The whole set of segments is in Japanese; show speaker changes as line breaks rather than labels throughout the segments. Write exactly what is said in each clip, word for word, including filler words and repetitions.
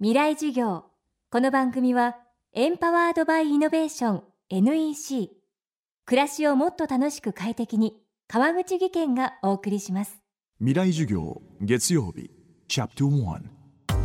未来授業。この番組はエンパワードバイイノベーション エヌイーシー 暮らしをもっと楽しく快適に川口義賢がお送りします。
未来授業月曜日チャプターワン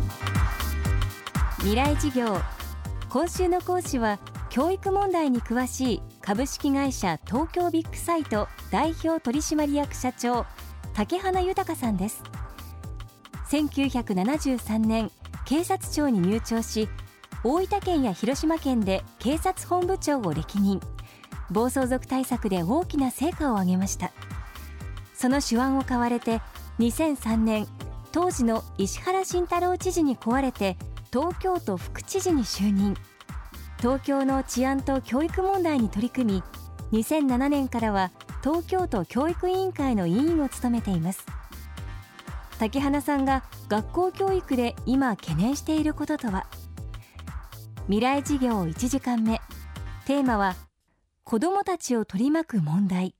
未来授業。今週の講師は教育問題に詳しい株式会社東京ビッグサイト代表取締役社長竹花豊さんです。せんきゅうひゃくななじゅうさんねん警察庁に入庁し、大分県や広島県で警察本部長を歴任。暴走族対策で大きな成果を上げました。その手腕を買われてにせんさんねん、当時の石原慎太郎知事に請われて東京都副知事に就任。東京の治安と教育問題に取り組み、にせんななねんからは東京都教育委員会の委員を務めています。竹花さんが学校教育で今懸念していることとは。未来授業いちじかんめ、テーマは子どもたちを取り巻く問題。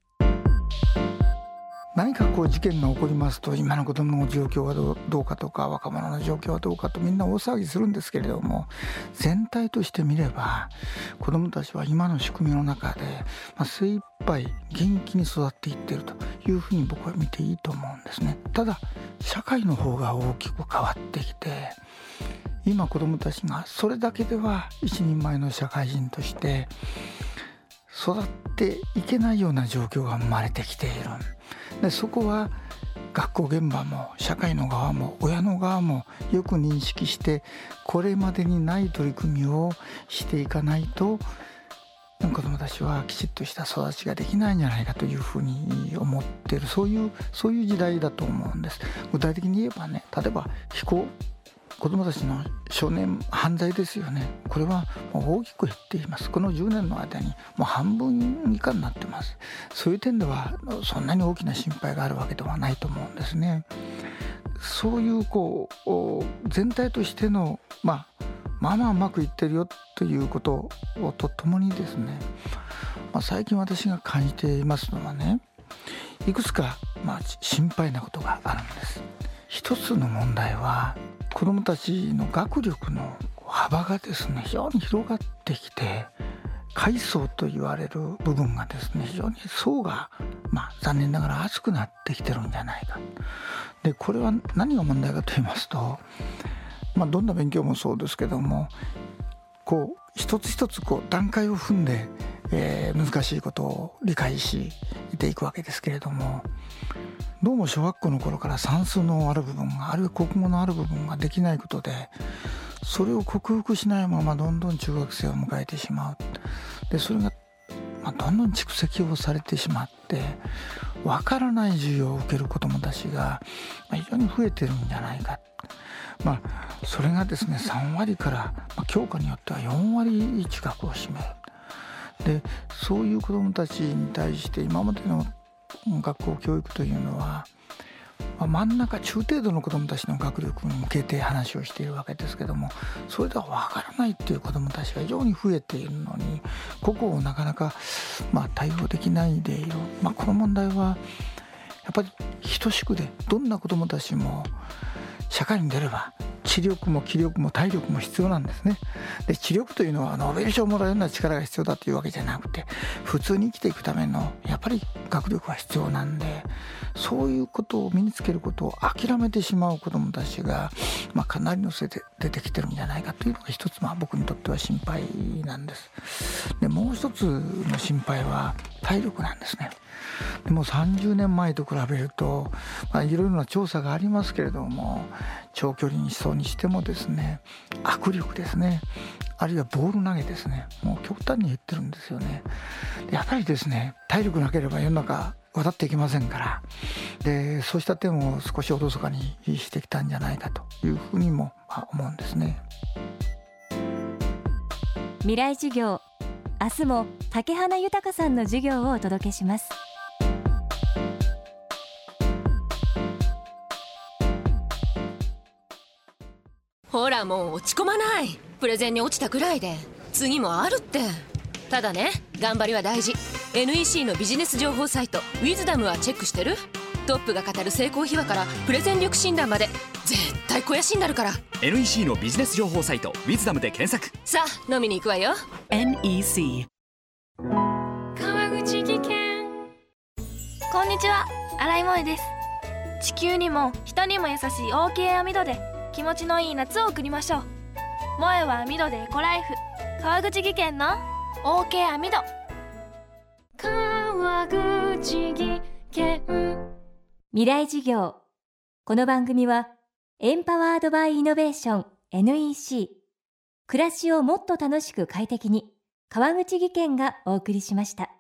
何かこう事件が起こりますと、今の子どもの状況はどう、どうかとか、若者の状況はどうかとみんな大騒ぎするんですけれども、全体として見れば子どもたちは今の仕組みの中で、まあ、精一杯元気に育っていっているというふうに僕は見ていいと思うんですね。ただ社会の方が大きく変わってきて、今子どもたちがそれだけでは一人前の社会人として育っていけないような状況が生まれてきている。でそこは学校現場も社会の側も親の側もよく認識して、これまでにない取り組みをしていかないと子どもたちはきちっとした育ちができないんじゃないかというふうに思っている、そういうそういう時代だと思うんです。具体的に言えばね、例えば非行、子どもたちの少年犯罪ですよね。これはもう大きく減っています。このじゅうねんの間にもう半分以下になってます。そういう点ではそんなに大きな心配があるわけではないと思うんですね。そういうこう全体としての、まあ、まあまあうまくいってるよということとともにですね、まあ、最近私が感じていますのはね、いくつかまあ心配なことがあるんです。一つの問題は子どもたちの学力の幅がですね非常に広がってきて、階層と言われる部分がですね非常に層が、まあ、残念ながら厚くなってきてるんじゃないか。でこれは何が問題かと言いますと、まあ、どんな勉強もそうですけども、こう一つ一つこう段階を踏んで、えー、難しいことを理解していくわけですけれども、どうも小学校の頃から算数のある部分が、あるいは国語のある部分ができないことで、それを克服しないままどんどん中学生を迎えてしまう。でそれが、まあ、どんどん蓄積をされてしまって、わからない授業を受ける子どもたちが非常に増えてるんじゃないか。まあ、それがですねさんわりから、まあ、教科によってはよんわり近くを占める。でそういう子どもたちに対して今までの学校教育というのは、まあ、真ん中中程度の子どもたちの学力に向けて話をしているわけですけども、それでは分からないっていう子どもたちが非常に増えているのに、ここをなかなかまあ対応できないでいる。まあ、この問題はやっぱり等しくで、どんな子どもたちも社会に出れば知力も気力も体力も必要なんですね。で知力というのはノーベル賞をもらうような力が必要だというわけじゃなくて、普通に生きていくためのやっぱり学力は必要なんで、そういうことを身につけることを諦めてしまう子どもたちが、まあ、かなりのせいで出てきてるんじゃないかというのが一つ、まあ、僕にとっては心配なんです。でもう一つの心配は体力なんですね。でもさんじゅうねんまえと比べると、まあ、いろいろな調査がありますけれども、長距離に走にしてもですね、握力ですね、あるいはボール投げですね、もう極端に減ってるんですよね。やっぱりですね、体力なければ世の中渡っていきませんから、でそうした点を少しおろそかにしてきたんじゃないかというふうにも思うんですね。
未来授業、明日も竹花豊さんの授業をお届けします。
ほらもう落ち込まない。プレゼンに落ちたくらいで次もあるって。ただね、頑張りは大事。 エヌイーシー のビジネス情報サイトウィズダムはチェックしてる？ トップが語る成功秘話からプレゼン力診断まで絶対肥やしになるから。
エヌイーシー のビジネス情報サイトウィズダムで検索。
さあ飲みに行くわよ。
エヌイーシー
川口技研。
こんにちは、新井萌です。地球にも人にも優しい オーケー 網戸で気持ちのいい夏を送りましょう。萌えは網戸でエコライフ。川口技研の オーケー 網戸。
川口技研。
未来事業。この番組はエンパワードバイイノベーション エヌイーシー、 暮らしをもっと楽しく快適に、川口技研がお送りしました。